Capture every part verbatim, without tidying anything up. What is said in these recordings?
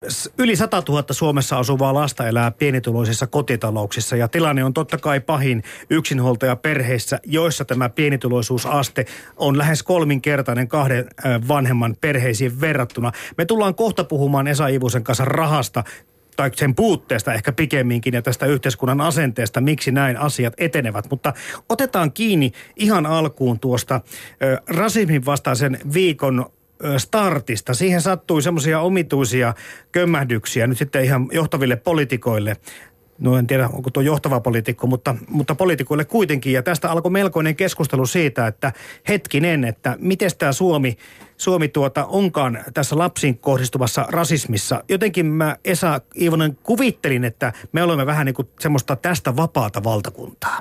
Yli sata tuhatta Suomessa asuvaa lasta elää pienituloisissa kotitalouksissa ja tilanne on totta kai pahin yksinhuoltajaperheissä, joissa tämä pienituloisuusaste on lähes kolminkertainen kahden vanhemman perheisiin verrattuna. Me tullaan kohta puhumaan Esa Iivusen kanssa rahasta tai sen puutteesta ehkä pikemminkin ja tästä yhteiskunnan asenteesta, miksi näin asiat etenevät. Mutta otetaan kiinni ihan alkuun tuosta ö, rasismin vastaisen viikon startista. Siihen sattui semmoisia omituisia kömmähdyksiä nyt sitten ihan johtaville poliitikoille. No en tiedä, onko tuo johtava poliitikko, mutta, mutta poliitikoille kuitenkin. Ja tästä alkoi melkoinen keskustelu siitä, että hetkinen, että miten tämä Suomi, Suomi tuota onkaan tässä lapsiin kohdistuvassa rasismissa. Jotenkin mä, Esa Iivonen, kuvittelin, että me olemme vähän niin kuin semmoista tästä vapaata valtakuntaa.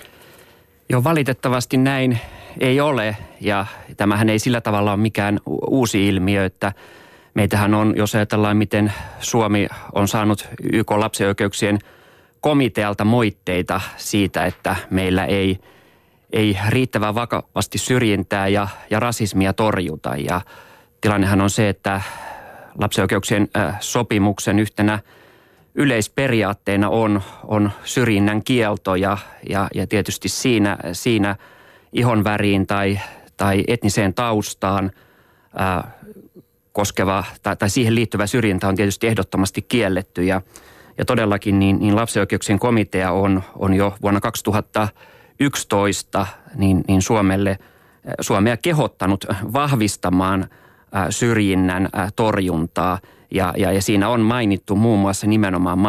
Joo, valitettavasti näin ei ole, ja tämähän ei sillä tavalla ole mikään uusi ilmiö, että meitähän on, jos ajatellaan, miten Suomi on saanut Y K:n lapsen oikeuksien komitealta moitteita siitä, että meillä ei, ei riittävän vakavasti syrjintää ja, ja rasismia torjuta. Ja tilannehan on se, että lapsen oikeuksien sopimuksen yhtenä yleisperiaatteena on, on syrjinnän kielto ja, ja, ja tietysti siinä, siinä ihonväriin tai, tai etniseen taustaan ää, koskeva tai, tai siihen liittyvä syrjintä on tietysti ehdottomasti kielletty. Ja, ja todellakin niin, niin lapsen oikeuksien komitea on, on jo vuonna kaksituhattayksitoista niin, niin Suomelle, Suomea kehottanut vahvistamaan ää, syrjinnän ää, torjuntaa. Ja, ja, ja siinä on mainittu muun muassa nimenomaan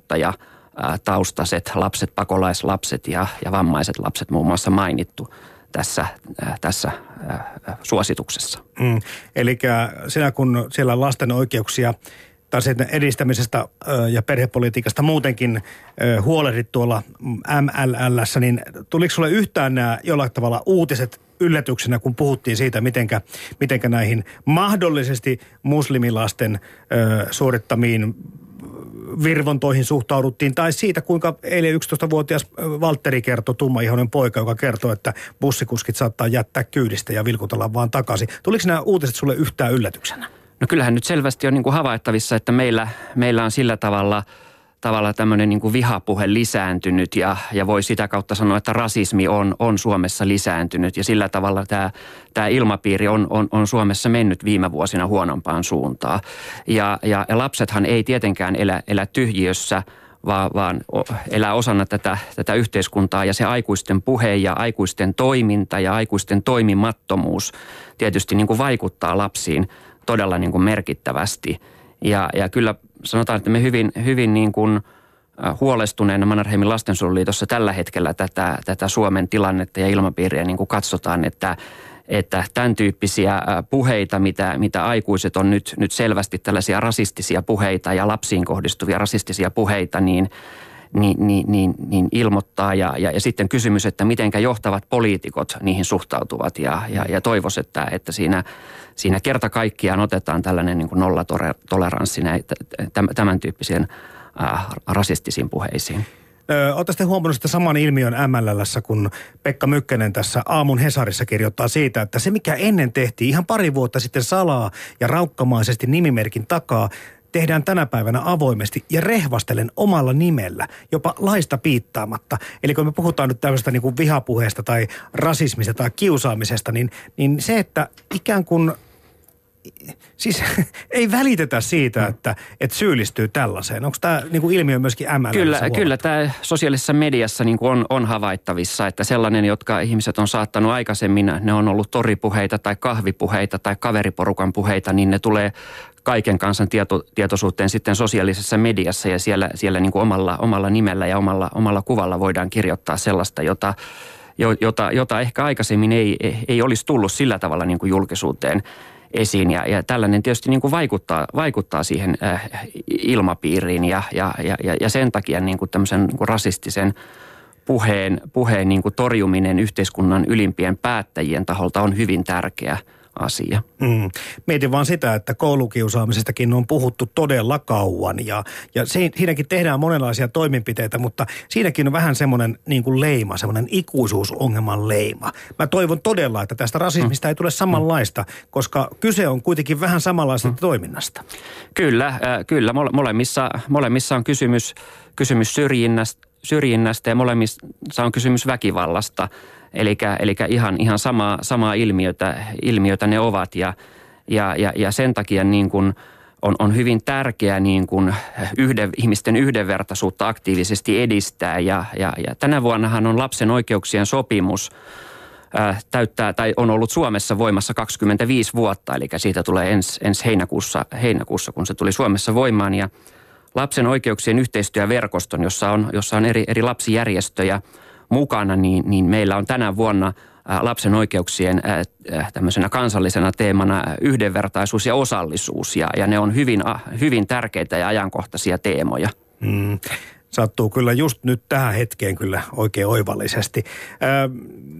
maahanmuuttajataustaiset lapset, pakolaislapset ja, ja vammaiset lapset muun muassa mainittu tässä, äh, tässä äh, suosituksessa. Mm. Eli siinä kun siellä lasten oikeuksia tai sen edistämisestä äh, ja perhepolitiikasta muutenkin äh, huolehdit tuolla M L L:ssä, niin tuliko sulle yhtään nämä jollain tavalla uutiset yllätyksenä, kun puhuttiin siitä, mitenkä, mitenkä näihin mahdollisesti muslimilasten ö, suorittamiin virvontoihin suhtauduttiin, tai siitä, kuinka eilen yksitoistavuotias Valtteri kertoi, tummaihoinen poika, joka kertoo, että bussikuskit saattaa jättää kyydistä ja vilkutella vaan takaisin. Tuliko nämä uutiset sulle yhtään yllätyksenä? No kyllähän nyt selvästi on niin kuin havaittavissa, että meillä, meillä on sillä tavalla tavalla tämmöinen niin kuin vihapuhe lisääntynyt ja, ja voi sitä kautta sanoa, että rasismi on, on Suomessa lisääntynyt ja sillä tavalla tämä, tämä ilmapiiri on, on, on Suomessa mennyt viime vuosina huonompaan suuntaan. Ja, ja, ja lapsethan ei tietenkään elä, elä tyhjiössä, vaan, vaan elää osana tätä, tätä yhteiskuntaa ja se aikuisten puhe ja aikuisten toiminta ja aikuisten toimimattomuus tietysti niin kuin vaikuttaa lapsiin todella niin kuin merkittävästi. Ja, ja kyllä sanotaan, että me hyvin, hyvin niin kuin huolestuneena Mannerheimin lastensuojeluliitossa tällä hetkellä tätä, tätä Suomen tilannetta ja ilmapiiriä niin kuin katsotaan, että, että tämän tyyppisiä puheita, mitä, mitä aikuiset on nyt, nyt selvästi tällaisia rasistisia puheita ja lapsiin kohdistuvia rasistisia puheita, niin Niin, niin, niin, niin ilmoittaa ja, ja, ja sitten kysymys, että mitenkä johtavat poliitikot niihin suhtautuvat ja, ja, ja toivoisi, että, että siinä, siinä kerta kaikkiaan otetaan tällainen niin kuin nollatoleranssi näitä, tämän tyyppisiin äh, rasistisiin puheisiin. Oletko sitten huomannut sitä saman ilmiön M L L:ssä, kun Pekka Mykkänen tässä aamun Hesarissa kirjoittaa siitä, että se mikä ennen tehtiin ihan pari vuotta sitten salaa ja raukkamaisesti nimimerkin takaa, tehdään tänä päivänä avoimesti ja rehvastelen omalla nimellä, jopa laista piittaamatta. Eli kun me puhutaan nyt tämmöisestä niin kuin vihapuheesta tai rasismista tai kiusaamisesta, niin, niin se, että ikään kuin, siis ei välitetä siitä, että, että syyllistyy tällaiseen. Onko tämä niin kuin ilmiö myöskin M L L:ssä Kyllä, huomattu? kyllä tämä sosiaalisessa mediassa niin kuin on, on havaittavissa, että sellainen, jotka ihmiset on saattanut aikaisemmin, ne on ollut toripuheita tai kahvipuheita tai kaveriporukan puheita, niin ne tulee kaiken kansan tieto, tietoisuuteen sitten sosiaalisessa mediassa ja siellä, siellä niin kuin omalla, omalla nimellä ja omalla, omalla kuvalla voidaan kirjoittaa sellaista, jota, jota, jota ehkä aikaisemmin ei, ei olisi tullut sillä tavalla niin kuin julkisuuteen esiin. Ja, ja tällainen tietysti niin kuin vaikuttaa, vaikuttaa siihen äh, ilmapiiriin ja, ja, ja, ja sen takia niin kuin tämmöisen niin kuin rasistisen puheen, puheen niin kuin torjuminen yhteiskunnan ylimpien päättäjien taholta on hyvin tärkeä asia. Mm. Mietin vaan sitä, että koulukiusaamisestakin on puhuttu todella kauan ja, ja siinäkin tehdään monenlaisia toimenpiteitä, mutta siinäkin on vähän semmoinen niin kuin leima, semmoinen ikuisuusongelman leima. Mä toivon todella, että tästä rasismista mm. ei tule samanlaista, koska kyse on kuitenkin vähän samanlaisesta mm. toiminnasta. Kyllä, äh, kyllä. Molemmissa, molemmissa on kysymys, kysymys syrjinnästä, syrjinnästä ja molemmissa on kysymys väkivallasta. Eli ihan, ihan samaa, samaa ilmiötä, ilmiötä ne ovat ja, ja, ja, ja sen takia niin kuin on, on hyvin tärkeää niin kuin yhden, ihmisten yhdenvertaisuutta aktiivisesti edistää. Ja, ja, ja tänä vuonnahan on lapsen oikeuksien sopimus ää, täyttää tai on ollut Suomessa voimassa kaksikymmentäviisi vuotta. Eli siitä tulee ensi, ensi heinäkuussa, heinäkuussa, kun se tuli Suomessa voimaan. Ja lapsen oikeuksien yhteistyöverkoston, jossa on, jossa on eri, eri lapsijärjestöjä mukana, niin, niin meillä on tänä vuonna ä, lapsen oikeuksien ä, tämmöisenä kansallisena teemana yhdenvertaisuus ja osallisuus. Ja, ja ne on hyvin, ä, hyvin tärkeitä ja ajankohtaisia teemoja. Mm. Sattuu kyllä just nyt tähän hetkeen kyllä oikein oivallisesti. Ää,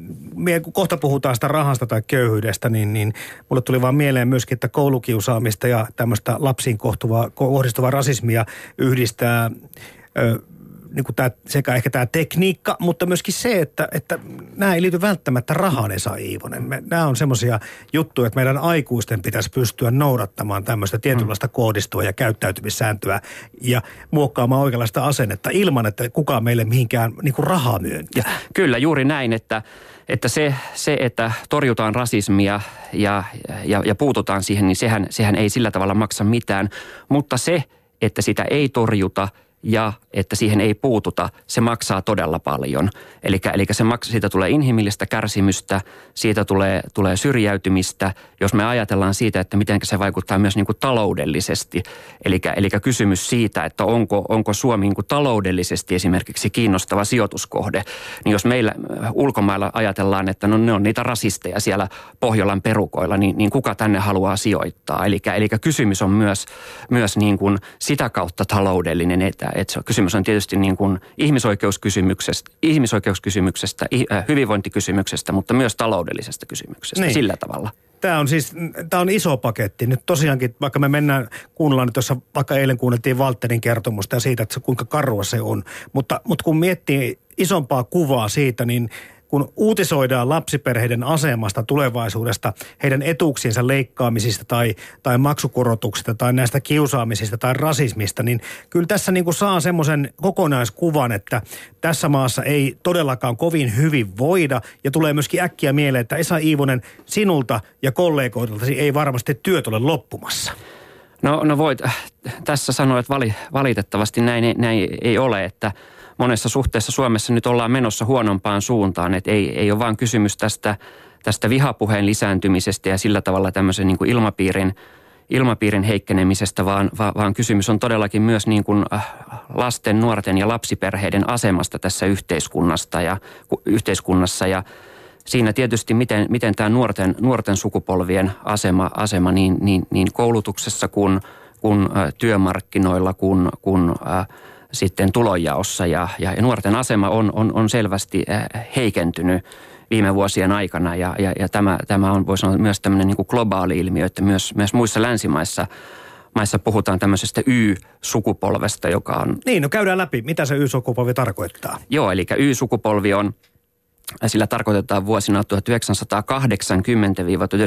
me kun kohta puhutaan sitä rahasta tai köyhyydestä, niin, niin mulle tuli vaan mieleen myöskin, että koulukiusaamista ja tämmöistä lapsiin kohdistuvaa rasismia yhdistää ää, niin kuin tämä, sekä ehkä tämä tekniikka, mutta myöskin se, että, että nämä ei liity välttämättä rahaan, Esa Iivonen. Me, nämä on semmoisia juttuja, että meidän aikuisten pitäisi pystyä noudattamaan tämmöistä tietynlaista koodistua ja käyttäytymissääntöä ja muokkaamaan oikeanlaista asennetta ilman, että kukaan meille mihinkään niin kuin rahaa myöntää. Kyllä, juuri näin, että, että se, se, että torjutaan rasismia ja, ja, ja puututaan siihen, niin sehän, sehän ei sillä tavalla maksa mitään, mutta se, että sitä ei torjuta ja että siihen ei puututa, se maksaa todella paljon. Eli, eli se maks, siitä tulee inhimillistä kärsimystä, siitä tulee, tulee syrjäytymistä, jos me ajatellaan siitä, että miten se vaikuttaa myös niin kuin taloudellisesti. Eli, eli kysymys siitä, että onko, onko Suomi niin kuin taloudellisesti esimerkiksi kiinnostava sijoituskohde. Niin jos meillä ulkomailla ajatellaan, että no ne on niitä rasisteja siellä Pohjolan perukoilla, niin, niin kuka tänne haluaa sijoittaa? Eli, eli kysymys on myös, myös niin kuin sitä kautta taloudellinen, että että kysymys on tietysti niin kuin ihmisoikeuskysymyksestä, ihmisoikeuskysymyksestä, hyvinvointikysymyksestä, mutta myös taloudellisesta kysymyksestä niin. Sillä tavalla. Tämä on siis, tämä on iso paketti. Nyt tosiaankin, vaikka me mennään, kuunnellaan nyt tuossa, vaikka eilen kuunneltiin Valtterin kertomusta ja siitä, että se, kuinka karua se on. Mutta, mutta kun miettii isompaa kuvaa siitä, niin kun uutisoidaan lapsiperheiden asemasta tulevaisuudesta, heidän etuuksiensa leikkaamisista tai, tai maksukorotuksista tai näistä kiusaamisista tai rasismista, niin kyllä tässä niin kuin saa semmoisen kokonaiskuvan, että tässä maassa ei todellakaan kovin hyvin voida ja tulee myöskin äkkiä mieleen, että Esa Iivonen, sinulta ja kollegoiltasi ei varmasti työt ole loppumassa. No, no voit tässä sanoa, että valitettavasti näin, näin ei ole, että monessa suhteessa Suomessa nyt ollaan menossa huonompaan suuntaan, että ei, ei ole vaan kysymys tästä, tästä vihapuheen lisääntymisestä ja sillä tavalla tämmöisen niin kuin ilmapiirin, ilmapiirin heikkenemisestä, vaan, vaan kysymys on todellakin myös niin kuin lasten, nuorten ja lapsiperheiden asemasta tässä yhteiskunnasta ja, yhteiskunnassa ja siinä tietysti miten, miten tämä nuorten, nuorten sukupolvien asema, asema niin, niin, niin koulutuksessa kuin, kuin työmarkkinoilla kuin, kuin sitten tulonjaossa ja, ja nuorten asema on, on, on selvästi heikentynyt viime vuosien aikana ja, ja, ja tämä, tämä on, voi sanoa, myös tämmöinen niin kuin globaali ilmiö, että myös, myös muissa länsimaissa maissa puhutaan tämmöisestä Y-sukupolvesta, joka on... Niin, no käydään läpi, mitä se Y-sukupolvi tarkoittaa. Joo, eli Y-sukupolvi on, sillä tarkoitetaan vuosina tuhatyhdeksänsataakahdeksankymmentä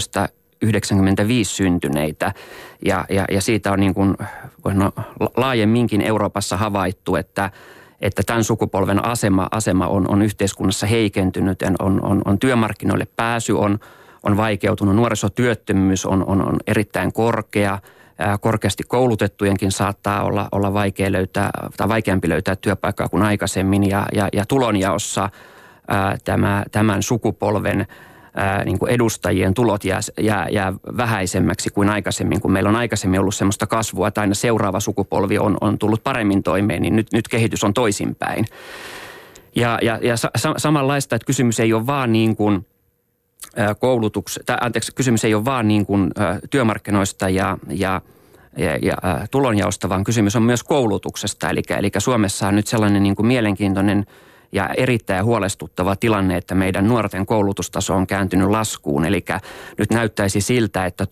tuhatyhdeksänsataayhdeksänkymmentäviisi syntyneitä ja, ja, ja siitä on niin kuin no, laajemminkin Euroopassa havaittu, että, että tämän sukupolven asema, asema on, on yhteiskunnassa heikentynyt, on, on, on työmarkkinoille pääsy on, on vaikeutunut, nuorisotyöttömyys on, on, on erittäin korkea, korkeasti koulutettujenkin saattaa olla, olla vaikea löytää, tai vaikeampi löytää työpaikkaa kuin aikaisemmin ja, ja, ja tulonjaossa ää, tämä, tämän sukupolven Ää, niin kuin edustajien tulot jää, jää, jää vähäisemmäksi kuin aikaisemmin, kun meillä on aikaisemmin ollut semmoista kasvua, että aina seuraava sukupolvi on, on tullut paremmin toimeen, niin nyt, nyt kehitys on toisinpäin. Ja, ja, ja sa, samanlaista, että kysymys ei ole vaan niin kuin koulutuks, tai anteeksi, kysymys ei ole vaan niin kuin työmarkkinoista ja, ja, ja, ja tulonjaosta, vaan kysymys on myös koulutuksesta. Eli, eli Suomessa on nyt sellainen niin kuin mielenkiintoinen ja erittäin huolestuttava tilanne, että meidän nuorten koulutustaso on kääntynyt laskuun. Eli nyt näyttäisi siltä, että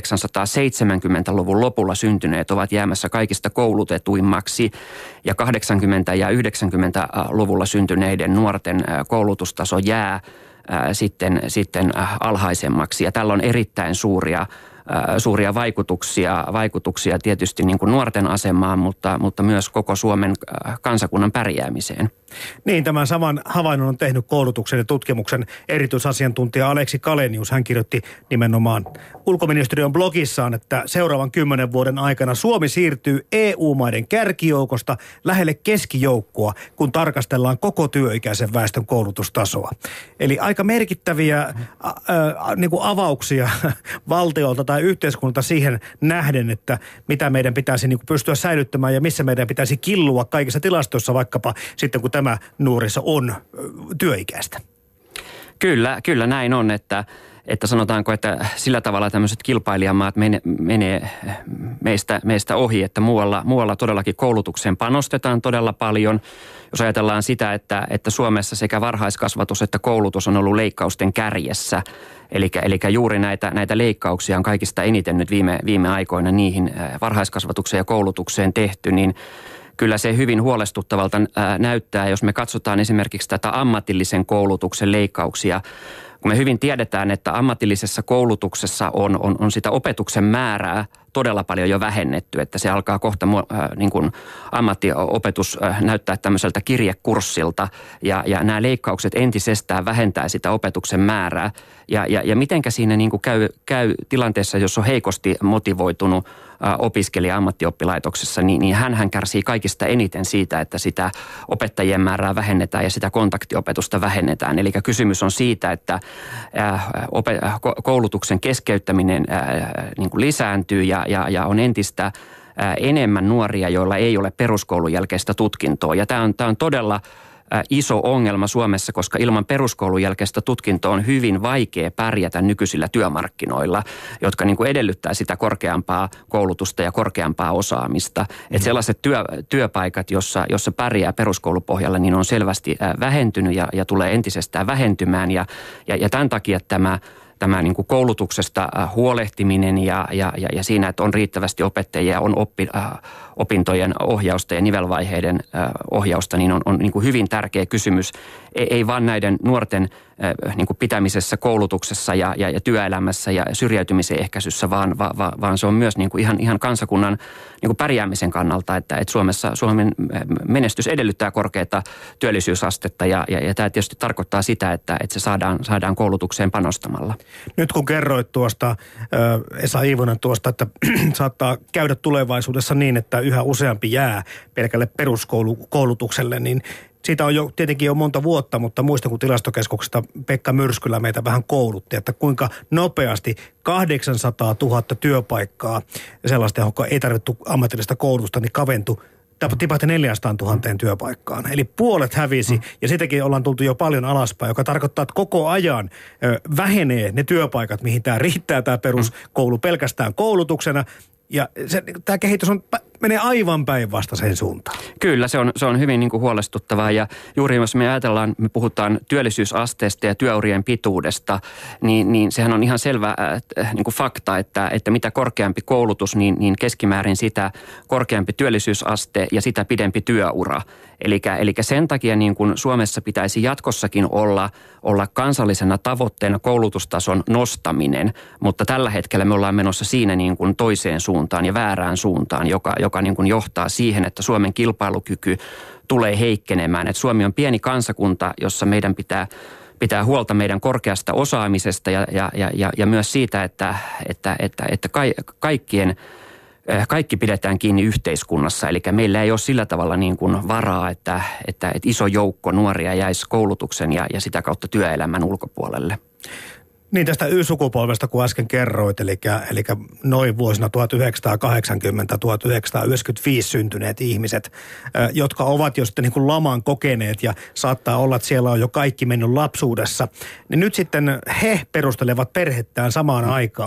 tuhatyhdeksänsataaseitsemänkymmentäluvun lopulla syntyneet ovat jäämässä kaikista koulutetuimmaksi ja kahdeksankymmentä- ja yhdeksänkymmentäluvulla syntyneiden nuorten koulutustaso jää sitten, sitten alhaisemmaksi. Ja tällä on erittäin suuria suuria vaikutuksia, vaikutuksia tietysti niin kuin nuorten asemaan, mutta, mutta myös koko Suomen kansakunnan pärjäämiseen. Niin, tämän saman havainnon on tehnyt koulutuksen ja tutkimuksen erityisasiantuntija Aleksi Kalenius. Hän kirjoitti nimenomaan ulkoministeriön blogissaan, että seuraavan kymmenen vuoden aikana Suomi siirtyy E U-maiden kärkijoukosta lähelle keskijoukkoa, kun tarkastellaan koko työikäisen väestön koulutustasoa. Eli aika merkittäviä ä, ä, niin kuin avauksia valtiolta tai yhteiskunnalta siihen nähden, että mitä meidän pitäisi niin kuin pystyä säilyttämään ja missä meidän pitäisi killua kaikissa tilastoissa, vaikkapa sitten kun tämä nuoriso on työikäistä. Kyllä, kyllä näin on, että, että sanotaanko, että sillä tavalla tämmöiset kilpailijamaat menee, menee meistä, meistä ohi, että muualla, muualla todellakin koulutukseen panostetaan todella paljon. Jos ajatellaan sitä, että, että Suomessa sekä varhaiskasvatus että koulutus on ollut leikkausten kärjessä, eli, eli juuri näitä, näitä leikkauksia on kaikista eniten nyt viime, viime aikoina niihin varhaiskasvatukseen ja koulutukseen tehty, niin kyllä se hyvin huolestuttavalta näyttää, jos me katsotaan esimerkiksi tätä ammatillisen koulutuksen leikkauksia. Kun me hyvin tiedetään, että ammatillisessa koulutuksessa on, on, on sitä opetuksen määrää todella paljon jo vähennetty, että se alkaa kohta äh, niin kuin ammattiopetus äh, näyttää tämmöiseltä kirjekurssilta ja, ja nämä leikkaukset entisestään vähentää sitä opetuksen määrää. Ja, ja, ja mitenkä siinä niin kuin käy, käy tilanteessa, jos on heikosti motivoitunut äh, opiskelija ammattioppilaitoksessa, niin, niin hänhän kärsii kaikista eniten siitä, että sitä opettajien määrää vähennetään ja sitä kontaktiopetusta vähennetään. Eli kysymys on siitä, että äh, opet- koulutuksen keskeyttäminen äh, niin kuin lisääntyy ja Ja, ja on entistä ää, enemmän nuoria, joilla ei ole peruskoulun jälkeistä tutkintoa. Ja tämä on, tämä on todella ää, iso ongelma Suomessa, koska ilman peruskoulun jälkeistä tutkintoa on hyvin vaikea pärjätä nykyisillä työmarkkinoilla, jotka niin kuin edellyttää sitä korkeampaa koulutusta ja korkeampaa osaamista. Mm-hmm. Että sellaiset työ, työpaikat, jossa, jossa pärjää peruskoulupohjalla, niin on selvästi ää, vähentynyt ja, ja tulee entisestään vähentymään. Ja, ja, ja tämän takia tämä Tämä niin kuin koulutuksesta huolehtiminen ja, ja, ja siinä, että on riittävästi opettajia, on oppi, äh, opintojen ohjausta ja nivelvaiheiden äh, ohjausta, niin on, on niin kuin hyvin tärkeä kysymys. Ei, ei vaan näiden nuorten äh, niin kuin pitämisessä koulutuksessa ja, ja, ja työelämässä ja syrjäytymisen ehkäisyssä, vaan, va, va, vaan se on myös niin kuin ihan, ihan kansakunnan niin kuin pärjäämisen kannalta, että, että Suomessa Suomen menestys edellyttää korkeata työllisyysastetta ja, ja, ja tämä tietysti tarkoittaa sitä, että, että se saadaan, saadaan koulutukseen panostamalla. Nyt kun kerroit tuosta, Esa Iivonen tuosta, että saattaa käydä tulevaisuudessa niin, että yhä useampi jää pelkälle peruskoulutukselle, niin siitä on jo tietenkin jo monta vuotta, mutta muistan, kun tilastokeskuksesta Pekka Myrskylä meitä vähän koulutti, että kuinka nopeasti kahdeksansataatuhatta työpaikkaa sellaista, johon ei tarvittu ammatillista koulutusta, niin kaventui tipahti neljäsataatuhatta työpaikkaan. Eli puolet hävisi, mm. ja sitäkin ollaan tultu jo paljon alaspäin, joka tarkoittaa, että koko ajan ö, vähenee ne työpaikat, mihin tämä riittää, tämä peruskoulu pelkästään koulutuksena. Ja se, tämä kehitys on, menee aivan päinvastaiseen suuntaan. Kyllä, se on, se on hyvin niin kuin huolestuttavaa ja juuri jos me ajatellaan, me puhutaan työllisyysasteesta ja työurien pituudesta, niin, niin sehän on ihan selvä äh, niin kuin fakta, että, että mitä korkeampi koulutus, niin, niin keskimäärin sitä korkeampi työllisyysaste ja sitä pidempi työura. Eli, eli sen takia niin kuin Suomessa pitäisi jatkossakin olla, olla kansallisena tavoitteena koulutustason nostaminen, mutta tällä hetkellä me ollaan menossa siinä niin kuin toiseen suuntaan ja väärään suuntaan, joka, joka niin kuin johtaa siihen, että Suomen kilpailukyky tulee heikkenemään. Et Suomi on pieni kansakunta, jossa meidän pitää, pitää huolta meidän korkeasta osaamisesta ja, ja, ja, ja myös siitä, että, että, että, että kaikkien Kaikki pidetään kiinni yhteiskunnassa, eli meillä ei ole sillä tavalla niin kuin varaa, että, että, että iso joukko nuoria jäisi koulutuksen ja, ja sitä kautta työelämän ulkopuolelle. Niin tästä Y-sukupolvesta, kun äsken kerroit, eli, eli noin vuosina tuhatyhdeksänsataakahdeksankymmentä tuhatyhdeksänsataayhdeksänkymmentäviisi syntyneet ihmiset, jotka ovat jo sitten niin kuin laman kokeneet ja saattaa olla, että siellä on jo kaikki mennyt lapsuudessa, niin nyt sitten he perustelevat perhettään samaan aikaan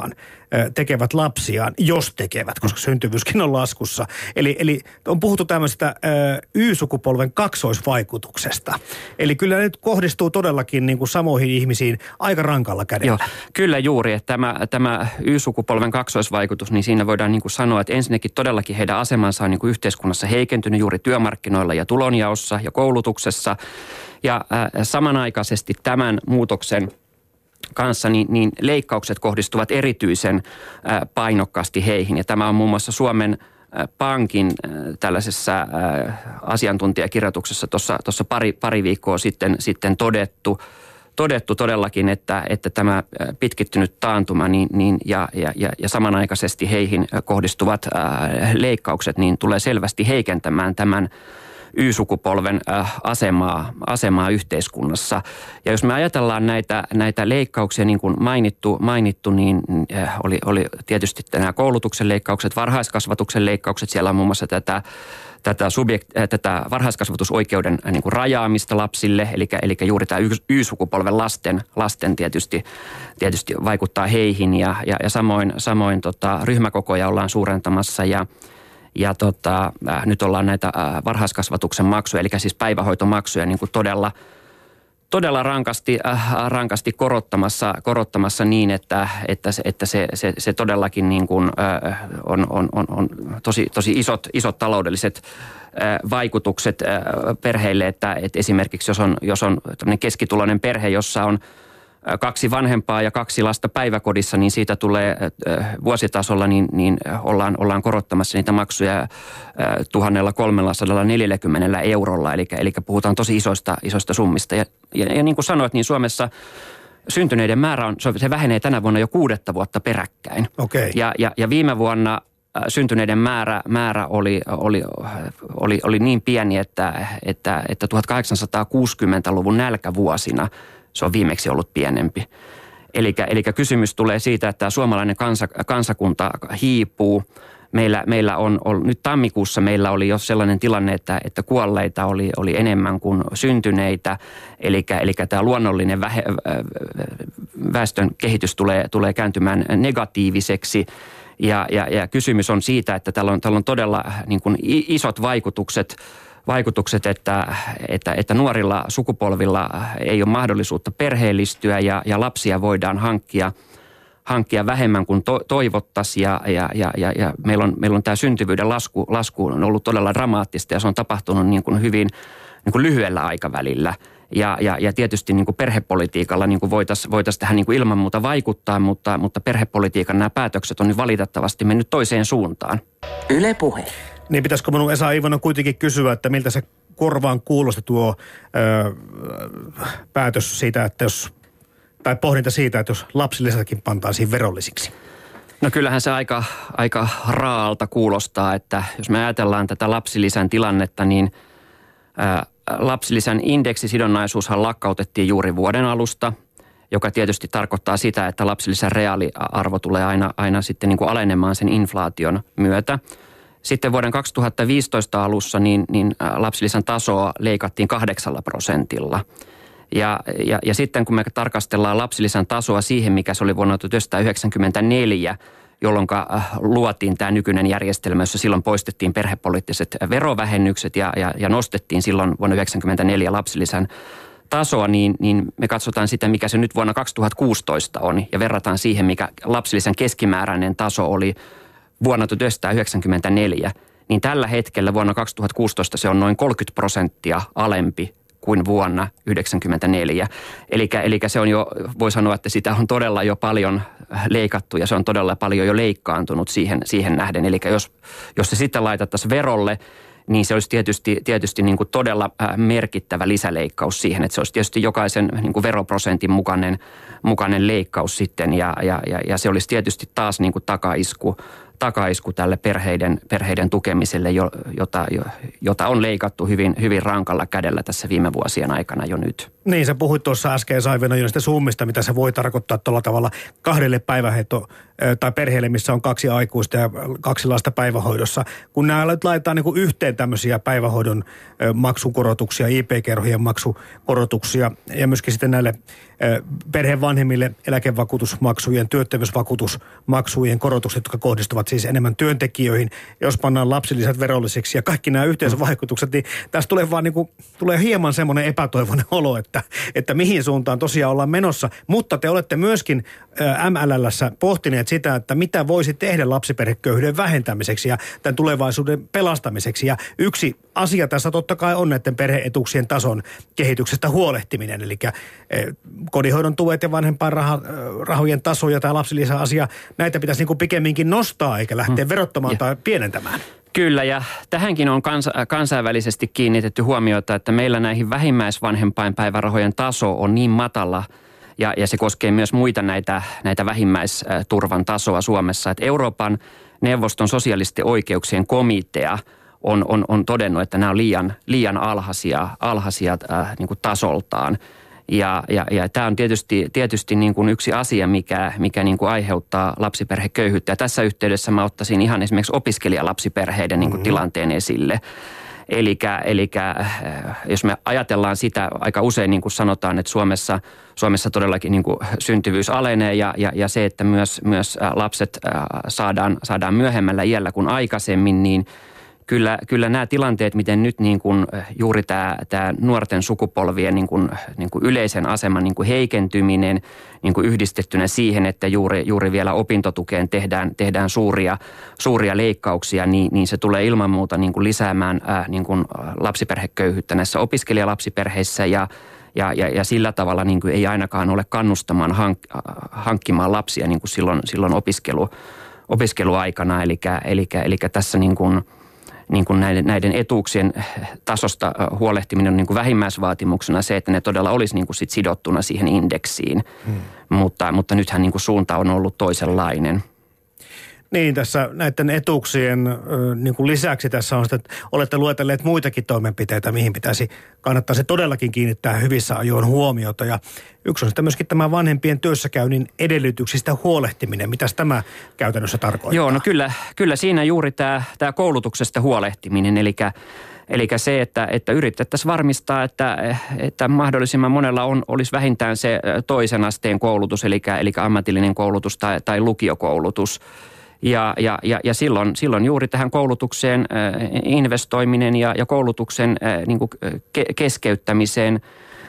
tekevät lapsiaan, jos tekevät, koska syntyvyyskin on laskussa. Eli, eli on puhuttu tämmöistä Y-sukupolven kaksoisvaikutuksesta. Eli kyllä nyt kohdistuu todellakin niin kuin samoihin ihmisiin aika rankalla kädellä. Joo, kyllä juuri, että tämä, tämä Y-sukupolven kaksoisvaikutus, niin siinä voidaan niin kuin sanoa, että ensinnäkin todellakin heidän asemansa on niin kuin yhteiskunnassa heikentynyt juuri työmarkkinoilla ja tulonjaossa ja koulutuksessa. Ja äh, samanaikaisesti tämän muutoksen kanssa niin, niin leikkaukset kohdistuvat erityisen äh, painokkaasti heihin. Ja tämä on muun muassa Suomen äh, Pankin äh, tällaisessa äh, asiantuntijakirjoituksessa tuossa, tuossa pari, pari viikkoa sitten, sitten todettu, todettu todellakin, että, että tämä pitkittynyt taantuma niin, niin, ja, ja, ja samanaikaisesti heihin kohdistuvat äh, leikkaukset niin tulee selvästi heikentämään tämän Y-sukupolven äh, asemaa, asemaa yhteiskunnassa. Ja jos me ajatellaan näitä, näitä leikkauksia, niin kuin mainittu, mainittu niin äh, oli, oli tietysti nämä koulutuksen leikkaukset, varhaiskasvatuksen leikkaukset. Siellä on muun muassa tätä, tätä, subjekt, äh, tätä varhaiskasvatusoikeuden äh, niin kuin rajaamista lapsille, eli, eli juuri tämä Y-sukupolven lasten, lasten tietysti, tietysti vaikuttaa heihin. Ja, ja, ja samoin, samoin tota, ryhmäkokoja ollaan suurentamassa ja Ja tota, äh, nyt ollaan näitä äh, varhaiskasvatuksen maksuja, eli siis päivähoitomaksuja niin kuin todella, todella rankasti, äh, rankasti korottamassa, korottamassa niin, että, että, se, että se, se, se todellakin niin kuin, äh, on, on, on, on tosi, tosi isot, isot taloudelliset äh, vaikutukset äh, perheille, että, että esimerkiksi jos on, jos on keskituloinen perhe, jossa on kaksi vanhempaa ja kaksi lasta päiväkodissa, niin siitä tulee vuositasolla, niin, niin ollaan, ollaan korottamassa niitä maksuja tuhatkolmesataaneljäkymmentä eurolla, eli, eli puhutaan tosi isoista, isoista summista. Ja, ja, ja niin kuin sanoit, niin Suomessa syntyneiden määrä on, se vähenee tänä vuonna jo kuudetta vuotta peräkkäin. Okay. Ja, ja, ja viime vuonna syntyneiden määrä, määrä oli, oli, oli, oli niin pieni, että, että, että tuhatkahdeksansataakuusikymmentäluvun nälkävuosina se on viimeksi ollut pienempi. Elikkä, elikkä kysymys tulee siitä, että suomalainen kansa, kansakunta hiipuu. Meillä, meillä on, on, nyt tammikuussa meillä oli jo sellainen tilanne, että, että kuolleita oli, oli enemmän kuin syntyneitä. Elikkä, elikkä tämä luonnollinen vähe, väestön kehitys tulee, tulee kääntymään negatiiviseksi. Ja, ja, ja kysymys on siitä, että tällä on, tällä on todella niin kuin isot vaikutukset Vaikutukset, että, että, että nuorilla sukupolvilla ei ole mahdollisuutta perheellistyä ja, ja lapsia voidaan hankkia, hankkia vähemmän kuin to, toivottaisiin. Ja, ja, ja, ja meillä, on, meillä on tämä syntyvyyden lasku, lasku on ollut todella dramaattista ja se on tapahtunut niin kuin hyvin niin kuin lyhyellä aikavälillä. Ja, ja, ja tietysti niin kuin perhepolitiikalla niin kuin voitaisiin voitais tähän niin kuin ilman muuta vaikuttaa, mutta, mutta perhepolitiikan nämä päätökset on nyt valitettavasti mennyt toiseen suuntaan. Yle Puhe. Niin pitäisikö minun Esa Iivonen kuitenkin kysyä, että miltä se korvaan kuulosti tuo ö, päätös siitä, että jos, tai pohdinta siitä, että jos lapsilisätkin pantaisiin verollisiksi? No kyllähän se aika, aika raalta kuulostaa, että jos me ajatellaan tätä lapsilisän tilannetta, niin ä, lapsilisän indeksisidonnaisuushan lakkautettiin juuri vuoden alusta, joka tietysti tarkoittaa sitä, että lapsilisän reaaliarvo tulee aina, aina sitten niin kuin alenemaan sen inflaation myötä. Sitten vuoden kaksituhattaviisitoista alussa niin, niin lapsilisän tasoa leikattiin kahdeksalla prosentilla. Ja, ja, ja sitten kun me tarkastellaan lapsilisän tasoa siihen, mikä se oli vuonna tuhatyhdeksänsataayhdeksänkymmentäneljä, jolloin luotiin tämä nykyinen järjestelmä, jossa silloin poistettiin perhepoliittiset verovähennykset ja, ja, ja nostettiin silloin vuonna tuhatyhdeksänsataayhdeksänkymmentäneljä lapsilisän tasoa, niin, niin me katsotaan sitä, mikä se nyt vuonna kaksituhattakuusitoista on ja verrataan siihen, mikä lapsilisän keskimääräinen taso oli vuonna tuhatyhdeksänsataayhdeksänkymmentäneljä, niin tällä hetkellä vuonna kaksituhattakuusitoista se on noin kolmekymmentä prosenttia alempi kuin vuonna yhdeksänkymmentäneljä. Eli, eli se on jo, voi sanoa, että sitä on todella jo paljon leikattu ja se on todella paljon jo leikkaantunut siihen, siihen nähden. Eli jos, jos se sitten laitettaisiin verolle, niin se olisi tietysti, tietysti niin kuin todella merkittävä lisäleikkaus siihen, että se olisi tietysti jokaisen niin kuin veroprosentin mukainen, mukainen leikkaus sitten ja, ja, ja, ja se olisi tietysti taas niin kuin takaisku, takaisku tälle perheiden, perheiden tukemiselle, jota, jota on leikattu hyvin, hyvin rankalla kädellä tässä viime vuosien aikana jo nyt. Niin, sä puhuit tuossa äsken Saivena jo niistä summista, mitä se voi tarkoittaa tuolla tavalla kahdelle päiväheitto tai perheelle, missä on kaksi aikuista ja kaksi lasta päivähoidossa. Kun nämä laitetaan niin kuin yhteen tämmöisiä päivähoidon maksukorotuksia, I P-kerhojen maksukorotuksia ja myöskin sitten näille perheen vanhemmille eläkevakuutusmaksujen, työttömyysvakuutusmaksujen korotukset, jotka kohdistuvat siis enemmän työntekijöihin, jos pannaan lapsilisät verollisiksi ja kaikki nämä yhteisövaikutukset, niin tässä tulee vaan niin kuin, tulee hieman semmoinen epätoivoinen olo, että, että mihin suuntaan tosiaan ollaan menossa. Mutta te olette myöskin M L L:ssä pohtineet sitä, että mitä voisi tehdä lapsiperheköyhyyden vähentämiseksi ja tämän tulevaisuuden pelastamiseksi. Ja yksi asia tässä totta kai on näiden perhe-etuuksien tason kehityksestä huolehtiminen, eli kodinhoidon tuet ja vanhempainrahojen taso ja tämä lapsilisäasia, näitä pitäisi niin kuin pikemminkin nostaa eikä lähteä hmm. verottamaan ja. tai pienentämään. Kyllä, ja tähänkin on kans, kansainvälisesti kiinnitetty huomiota, että meillä näihin vähimmäisvanhempainpäivärahojen taso on niin matala, ja, ja se koskee myös muita näitä, näitä vähimmäisturvan tasoa Suomessa, että Euroopan neuvoston sosiaalisten oikeuksien komitea on, on, on todennut, että nämä on liian, liian alhaisia, alhaisia äh, niin kuin tasoltaan. Ja, ja, ja tämä on tietysti, tietysti niin kuin yksi asia, mikä, mikä niin kuin aiheuttaa lapsiperheköyhyyttä. Ja tässä yhteydessä mä ottaisin ihan esimerkiksi opiskelijalapsiperheiden niin kuin mm-hmm. tilanteen esille. Elikkä, elikkä jos me ajatellaan sitä, aika usein niin kuin sanotaan, että Suomessa, Suomessa todellakin niin kuin syntyvyys alenee ja, ja, ja se, että myös, myös lapset saadaan, saadaan myöhemmällä iällä kuin aikaisemmin, niin Kyllä, kyllä nämä tilanteet, miten nyt niin kuin juuri tämä, tämä nuorten sukupolvien niin kuin, niin kuin yleisen aseman niin kuin heikentyminen niin kuin yhdistettynä siihen, että juuri, juuri vielä opintotukeen tehdään, tehdään suuria, suuria leikkauksia, niin, niin se tulee ilman muuta niin kuin lisäämään ää, niin kuin lapsiperheköyhyyttä näissä opiskelijalapsiperheissä ja Ja, ja, ja sillä tavalla niin kuin ei ainakaan ole kannustamaan hank, hankkimaan lapsia niin kuin silloin, silloin opiskelu, opiskeluaikana. Eli, eli, eli tässä niin kuin niin kuin näiden, näiden etuuksien tasosta huolehtiminen on niin kuin vähimmäisvaatimuksena se, että ne todella olisi niin kuin sit sidottuna siihen indeksiin. Hmm. Mutta, mutta nythän niin kuin suunta on ollut toisenlainen. Niin, tässä näiden etuuksien niin kuin lisäksi tässä on sitä, että olette luetelleet muitakin toimenpiteitä, mihin pitäisi, kannattaisi todellakin kiinnittää hyvissä ajoin huomiota. Ja yksi on sitten myöskin tämä vanhempien työssäkäynnin edellytyksistä huolehtiminen. Mitäs tämä käytännössä tarkoittaa? Joo, no kyllä, kyllä siinä juuri tämä, tämä koulutuksesta huolehtiminen, eli Eli se, että, että yritettäisiin varmistaa, että, että mahdollisimman monella on, olisi vähintään se toisen asteen koulutus, eli, eli ammatillinen koulutus tai, tai lukiokoulutus. Ja, ja, ja, ja silloin, silloin juuri tähän koulutukseen investoiminen ja, ja koulutuksen niin kuin keskeyttämiseen,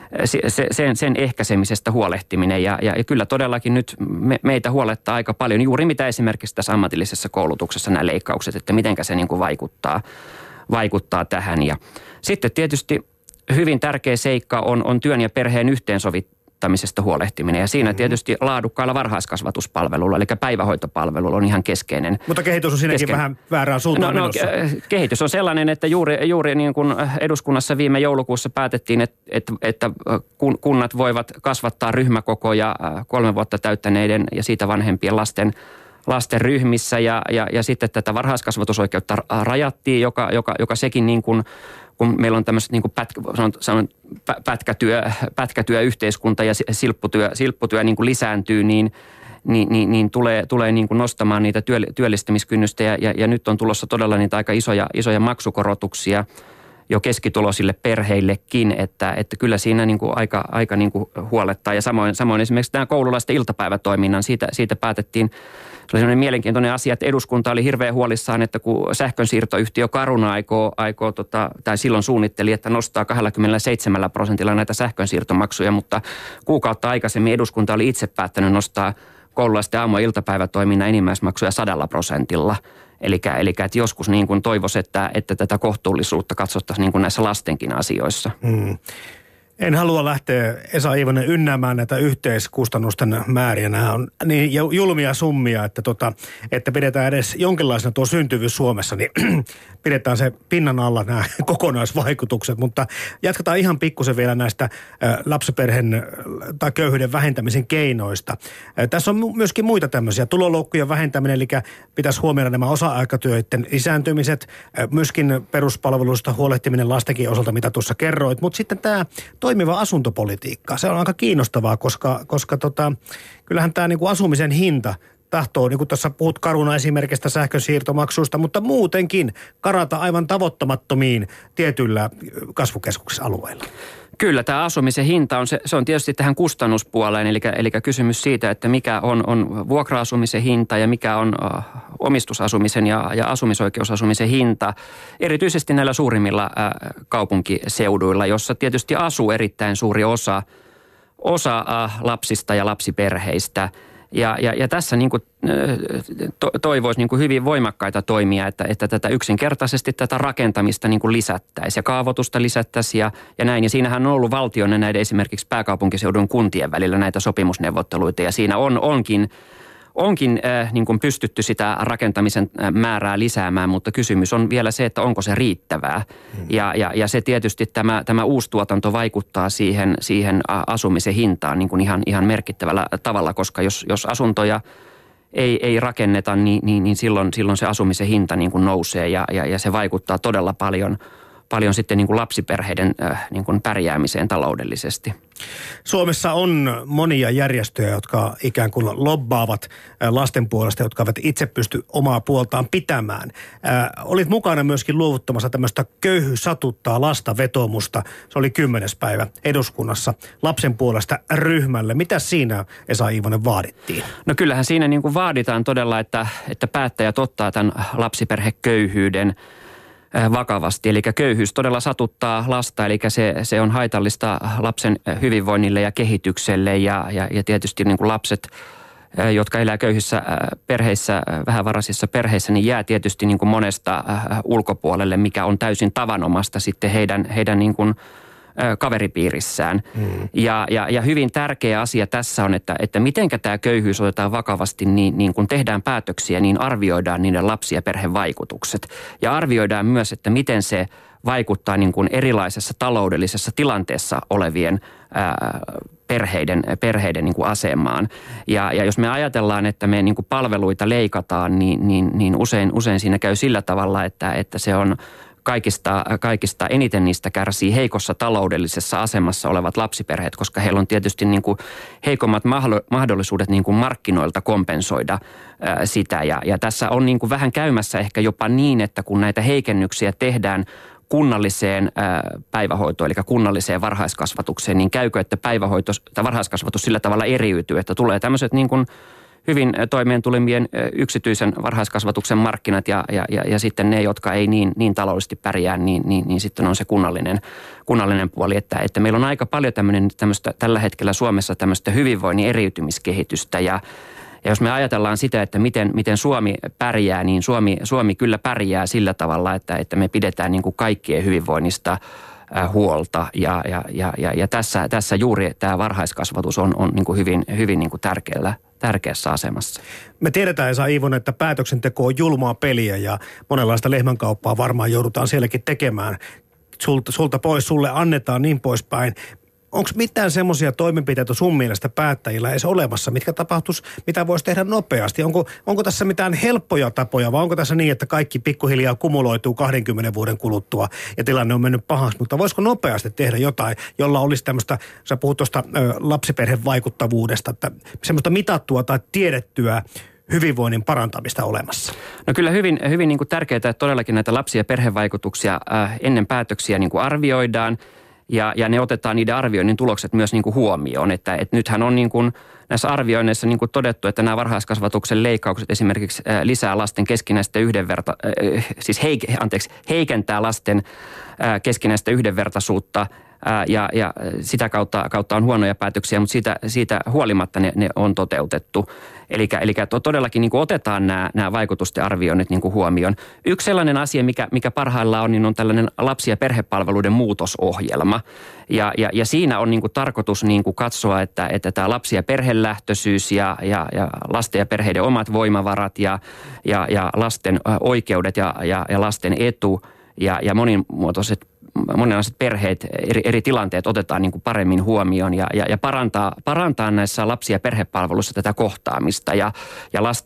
sen, sen ehkäisemisestä huolehtiminen. Ja, ja kyllä todellakin nyt me, meitä huolettaa aika paljon juuri mitä esimerkiksi tässä ammatillisessa koulutuksessa nämä leikkaukset, että mitenkä se niin kuin vaikuttaa, vaikuttaa tähän. Ja sitten tietysti hyvin tärkeä seikka on, on työn ja perheen yhteensovittaminen. Huolehtiminen. Ja siinä tietysti laadukkailla varhaiskasvatuspalveluilla, eli päivähoitopalveluilla on ihan keskeinen. Mutta kehitys on siinäkin keskeinen. Vähän väärään suuntaan no, no, kehitys on sellainen, että juuri, juuri niin kuin eduskunnassa viime joulukuussa päätettiin, että, että, että kunnat voivat kasvattaa ryhmäkokoja kolme vuotta täyttäneiden ja siitä vanhempien lasten lasten ryhmissä ja, ja, ja sitten tätä varhaiskasvatusoikeutta rajattiin, joka, joka, joka sekin niin kuin kun meillä on tämmöiset niin kuin pätkä, sanon, sanon, pätkätyö, pätkätyöyhteiskunta ja silpputyö, silpputyö niin kuin lisääntyy, niin, niin, niin, niin tulee, tulee niin kuin nostamaan niitä työllistämiskynnystä. Ja, ja, ja nyt on tulossa todella niitä aika isoja, isoja maksukorotuksia jo keskituloisille perheillekin, että, että kyllä siinä niin kuin aika, aika niin kuin huolettaa. Ja samoin, samoin esimerkiksi tämä koululaisten iltapäivätoiminnan, siitä, siitä päätettiin. Se oli sellainen mielenkiintoinen asia, että eduskunta oli hirveän huolissaan, että kun sähkönsiirtoyhtiö Caruna aikoo, aikoo tota, tai silloin suunnitteli, että nostaa kaksikymmentäseitsemän prosentilla näitä sähkönsiirtomaksuja, mutta kuukautta aikaisemmin eduskunta oli itse päättänyt nostaa koululaisten aamu- ja iltapäivätoiminnan enimmäismaksuja sadalla prosentilla. Eli, eli että joskus niin kuin toivoisi, että, että tätä kohtuullisuutta katsottaisiin niin kuin näissä lastenkin asioissa. Hmm. En halua lähteä, Esa Iivonen, ynnäämään näitä yhteiskustannusten määriä. Nämä on niin julmia summia, että, tota, että pidetään edes jonkinlaisena tuo syntyvyys Suomessa, niin pidetään se pinnan alla nämä kokonaisvaikutukset. Mutta jatketaan ihan pikkusen vielä näistä lapsiperheen tai köyhyyden vähentämisen keinoista. Tässä on myöskin muita tämmöisiä. Tuloloukkujen vähentäminen, eli pitäisi huomioida nämä osa-aikatyöiden lisääntymiset, myöskin peruspalveluista huolehtiminen lastenkin osalta, mitä tuossa kerroit. Mutta sitten tämä toimiva asuntopolitiikka. Se on aika kiinnostavaa, koska, koska tota, kyllähän tämä niin kuin asumisen hinta tahtoo, niin kuin tuossa puhut Caruna-esimerkistä sähkönsiirtomaksuista, mutta muutenkin karata aivan tavoittamattomiin tietyillä kasvukeskusalueilla. Kyllä, tämä asumisen hinta on, se, se on tietysti tähän kustannuspuoleen, eli, eli kysymys siitä, että mikä on, on vuokra-asumisen hinta ja mikä on uh, omistusasumisen ja, ja asumisoikeusasumisen hinta, erityisesti näillä suurimmilla uh, kaupunkiseuduilla, jossa tietysti asuu erittäin suuri osa, osa uh, lapsista ja lapsiperheistä. Ja, ja, ja tässä niin kuin, to, toivoisi niin kuin hyvin voimakkaita toimia, että, että tätä yksinkertaisesti tätä rakentamista niin kuin lisättäisiin ja kaavoitusta lisättäisiin ja, ja näin. Ja siinähän on ollut valtion ja näiden esimerkiksi pääkaupunkiseudun kuntien välillä näitä sopimusneuvotteluita ja siinä on, onkin, onkin äh, niin kuin pystytty sitä rakentamisen määrää lisäämään, mutta kysymys on vielä se, että onko se riittävää. Hmm. Ja, ja, ja se tietysti tämä, tämä uusi tuotanto vaikuttaa siihen, siihen asumisen hintaan niin kuin ihan, ihan merkittävällä tavalla, koska jos, jos asuntoja ei, ei rakenneta, niin, niin, niin silloin, silloin se asumisen hinta niin kuin nousee ja, ja, ja se vaikuttaa todella paljon paljon sitten niin kuin lapsiperheiden äh, niin kuin pärjäämiseen taloudellisesti. Suomessa on monia järjestöjä, jotka ikään kuin lobbaavat lasten puolesta, jotka eivät itse pysty omaa puoltaan pitämään. Äh, olit mukana myöskin luovuttamassa tämmöistä Köyhyys satuttaa lasta -vetoomusta. Se oli kymmenes päivä eduskunnassa lapsen puolesta ryhmälle. Mitä siinä, Esa Iivonen, vaadittiin? No kyllähän siinä niin kuin vaaditaan todella, että, että päättäjät ottaa tämän lapsiperheköyhyyden vakavasti. Eli köyhyys todella satuttaa lasta, eli se, se on haitallista lapsen hyvinvoinnille ja kehitykselle ja, ja, ja tietysti niin kuin lapset, jotka elää köyhissä perheissä, vähävaraisissa perheissä, niin jää tietysti niin kuin monesta ulkopuolelle, mikä on täysin tavanomasta sitten heidän, heidän niin kuin kaveripiirissään. Mm. Ja, ja, ja hyvin tärkeä asia tässä on, että, että mitenkä tämä köyhyys otetaan vakavasti, niin, niin kun tehdään päätöksiä, niin arvioidaan niiden lapsi- ja perhevaikutukset. Ja arvioidaan myös, että miten se vaikuttaa niin kuin erilaisessa taloudellisessa tilanteessa olevien ää, perheiden, perheiden niin kuin asemaan. Ja, ja jos me ajatellaan, että me niin kuin palveluita leikataan, niin, niin, niin usein, usein siinä käy sillä tavalla, että, että se on Kaikista, kaikista eniten niistä kärsii heikossa taloudellisessa asemassa olevat lapsiperheet, koska heillä on tietysti niin kuin heikommat mahdollisuudet niin kuin markkinoilta kompensoida ää, sitä. Ja, ja tässä on niin kuin vähän käymässä ehkä jopa niin, että kun näitä heikennyksiä tehdään kunnalliseen ää, päivähoitoon, eli kunnalliseen varhaiskasvatukseen, niin käykö, että päivähoito tai varhaiskasvatus sillä tavalla eriytyy, että tulee tämmöiset niin kuin hyvin toimeentulemien yksityisen varhaiskasvatuksen markkinat ja, ja, ja, ja sitten ne, jotka ei niin, niin taloudellisesti pärjää, niin, niin, niin sitten on se kunnallinen, kunnallinen puoli. Että, että meillä on aika paljon tämmöistä, tällä hetkellä Suomessa tämmöistä hyvinvoinnin eriytymiskehitystä ja, ja jos me ajatellaan sitä, että miten, miten Suomi pärjää, niin Suomi, Suomi kyllä pärjää sillä tavalla, että, että me pidetään niin kuin kaikkien hyvinvoinnista huolta ja, ja, ja, ja, ja tässä, tässä juuri tämä varhaiskasvatus on, on niin kuin hyvin, hyvin niin kuin tärkeällä, tärkeässä asemassa. Me tiedetään, Esa Iivonen, että päätöksenteko on julmaa peliä ja monenlaista lehmänkauppaa varmaan joudutaan sielläkin tekemään. Sulta, sulta pois, sulle annetaan niin poispäin. Onko mitään semmoisia toimenpiteitä sun mielestä päättäjillä edes olemassa, mitkä tapahtuisi, mitä voisi tehdä nopeasti? Onko, onko tässä mitään helppoja tapoja vai onko tässä niin, että kaikki pikkuhiljaa kumuloituu kahdenkymmenen vuoden kuluttua ja tilanne on mennyt pahaksi? Mutta voisiko nopeasti tehdä jotain, jolla olisi tämmöistä, sä puhut tuosta lapsiperheen vaikuttavuudesta, että semmoista mitattua tai tiedettyä hyvinvoinnin parantamista olemassa? No kyllä hyvin, hyvin niin kuin tärkeää, että todellakin näitä lapsi- ja perhevaikutuksia äh, ennen päätöksiä niin kuin arvioidaan. Ja, ja ne otetaan niiden arvioinnin tulokset myös niin kuin huomioon, että, että nythän on niin kuin näissä arvioinneissa niin kuin todettu, että nämä varhaiskasvatuksen leikkaukset esimerkiksi lisää lasten keskinäistä yhdenverta, siis heik, anteeksi, heikentää lasten keskinäistä yhdenvertaisuutta ja, ja sitä kautta, kautta on huonoja päätöksiä, mutta siitä, siitä huolimatta ne, ne on toteutettu. Eli, eli todellakin niin kuin otetaan nämä, nämä vaikutusten arvioinnit niin kuin huomioon. Yksi sellainen asia, mikä, mikä parhaillaan on, niin on tällainen lapsi- ja perhepalveluiden muutosohjelma. Ja, ja, ja siinä on niin kuin tarkoitus niin kuin katsoa, että, että tämä lapsi- ja perhelähtöisyys ja, ja, ja lasten ja perheiden omat voimavarat ja, ja, ja lasten oikeudet ja, ja, ja lasten etu ja, ja monimuotoiset monenlaiset perheet, eri, eri tilanteet otetaan niin kuin paremmin huomioon ja, ja, ja parantaa, parantaa näissä lapsi- ja perhepalveluissa tätä kohtaamista ja, ja lasten,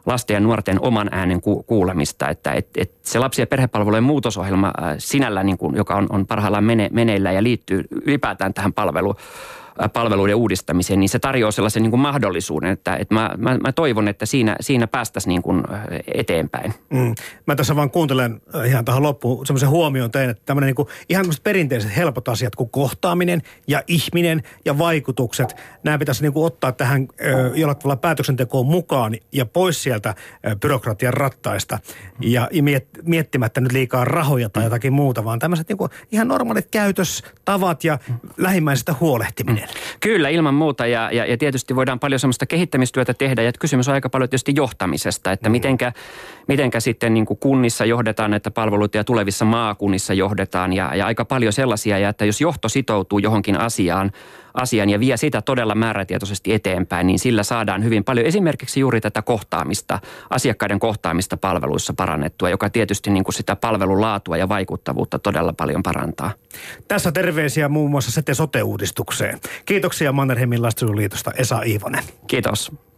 lasten ja nuorten oman äänen ku, kuulemista. Että et, et se lapsi- ja perhepalvelujen muutosohjelma sinällä, niin kuin, joka on, on parhaillaan mene, meneillä ja liittyy ylipäätään tähän palveluun, palveluiden uudistamiseen, niin se tarjoaa sellaisen niin kuin mahdollisuuden, että, että mä, mä, mä toivon, että siinä, siinä päästäisiin niin kuin eteenpäin. Mm. Mä tässä vaan kuuntelen ihan tähän loppuun semmoisen huomioon tein, että tämmöinen niin kuin ihan perinteiset helpot asiat kuin kohtaaminen ja ihminen ja vaikutukset, nämä pitäisi niin kuin ottaa tähän jollain tavalla päätöksentekoon mukaan ja pois sieltä byrokratian rattaista ja, ja miettimättä nyt liikaa rahoja tai jotakin muuta, vaan tämmöiset niin kuin ihan normaalit käytöstavat ja lähimmäisestä huolehtiminen. Kyllä, ilman muuta ja, ja, ja tietysti voidaan paljon semmoista kehittämistyötä tehdä ja kysymys on aika paljon tietysti johtamisesta, että mm. mitenkä, mitenkä sitten niin kuin kunnissa johdetaan näitä palveluita ja tulevissa maakunnissa johdetaan ja, ja aika paljon sellaisia ja että jos johto sitoutuu johonkin asiaan, asian ja vie sitä todella määrätietoisesti eteenpäin, niin sillä saadaan hyvin paljon esimerkiksi juuri tätä kohtaamista, asiakkaiden kohtaamista palveluissa parannettua, joka tietysti niin kuin sitä palvelun laatua ja vaikuttavuutta todella paljon parantaa. Tässä terveisiä muun muassa sote-uudistukseen. Kiitoksia Mannerheimin Lastensuojeluliitosta Esa Iivonen. Kiitos.